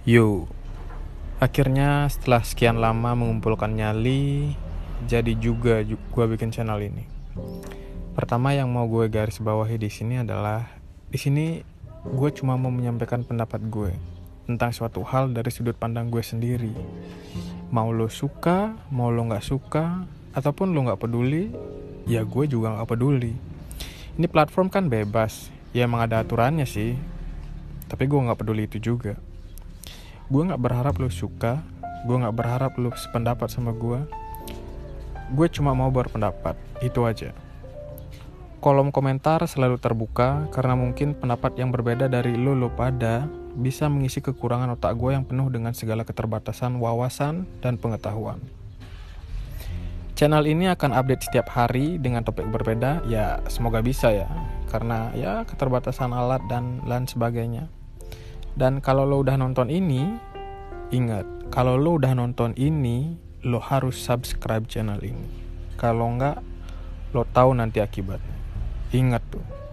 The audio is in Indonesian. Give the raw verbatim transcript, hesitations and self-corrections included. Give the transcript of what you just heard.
Yo, akhirnya setelah sekian lama mengumpulkan nyali, jadi juga gue bikin channel ini. Pertama yang mau gue garis bawahi di sini adalah, di sini gue cuma mau menyampaikan pendapat gue tentang suatu hal dari sudut pandang gue sendiri. Mau lo suka, mau lo nggak suka, ataupun lo nggak peduli, ya gue juga nggak peduli. Ini platform kan bebas, ya emang ada aturannya sih, tapi gue nggak peduli itu juga. Gue gak berharap lo suka, gue gak berharap lo sependapat sama gue. Gue cuma mau berpendapat, itu aja. Kolom komentar selalu terbuka, karena mungkin pendapat yang berbeda dari lo lo pada bisa mengisi kekurangan otak gue yang penuh dengan segala keterbatasan wawasan dan pengetahuan. Channel ini akan update setiap hari dengan topik berbeda, ya semoga bisa ya, karena ya keterbatasan alat dan lain sebagainya. Dan kalau lo udah nonton ini, ingat, kalau lo udah nonton ini, lo harus subscribe channel ini. Kalau enggak, lo tahu nanti akibatnya. Ingat tuh.